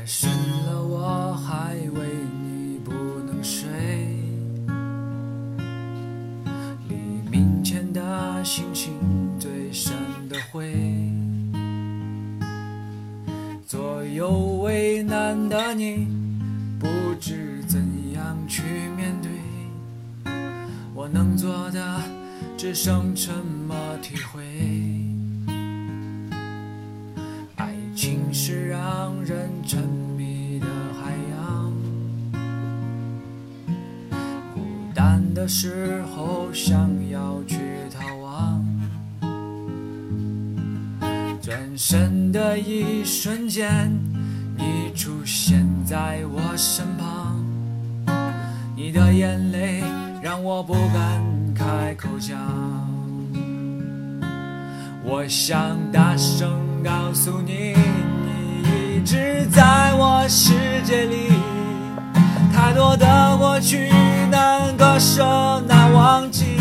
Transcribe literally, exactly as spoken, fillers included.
深了我还为你不能睡，黎明前的心情最深的灰，左右为难的你不知怎样去面对，我能做的只剩沉默体会。爱情是让人沉迷的海洋，孤单的时候想要去逃亡，转身的一瞬间你出现在我身旁，你的眼泪让我不敢开口讲，我想大声告诉你，你一直在我世界里，太多的过去难割舍难忘记，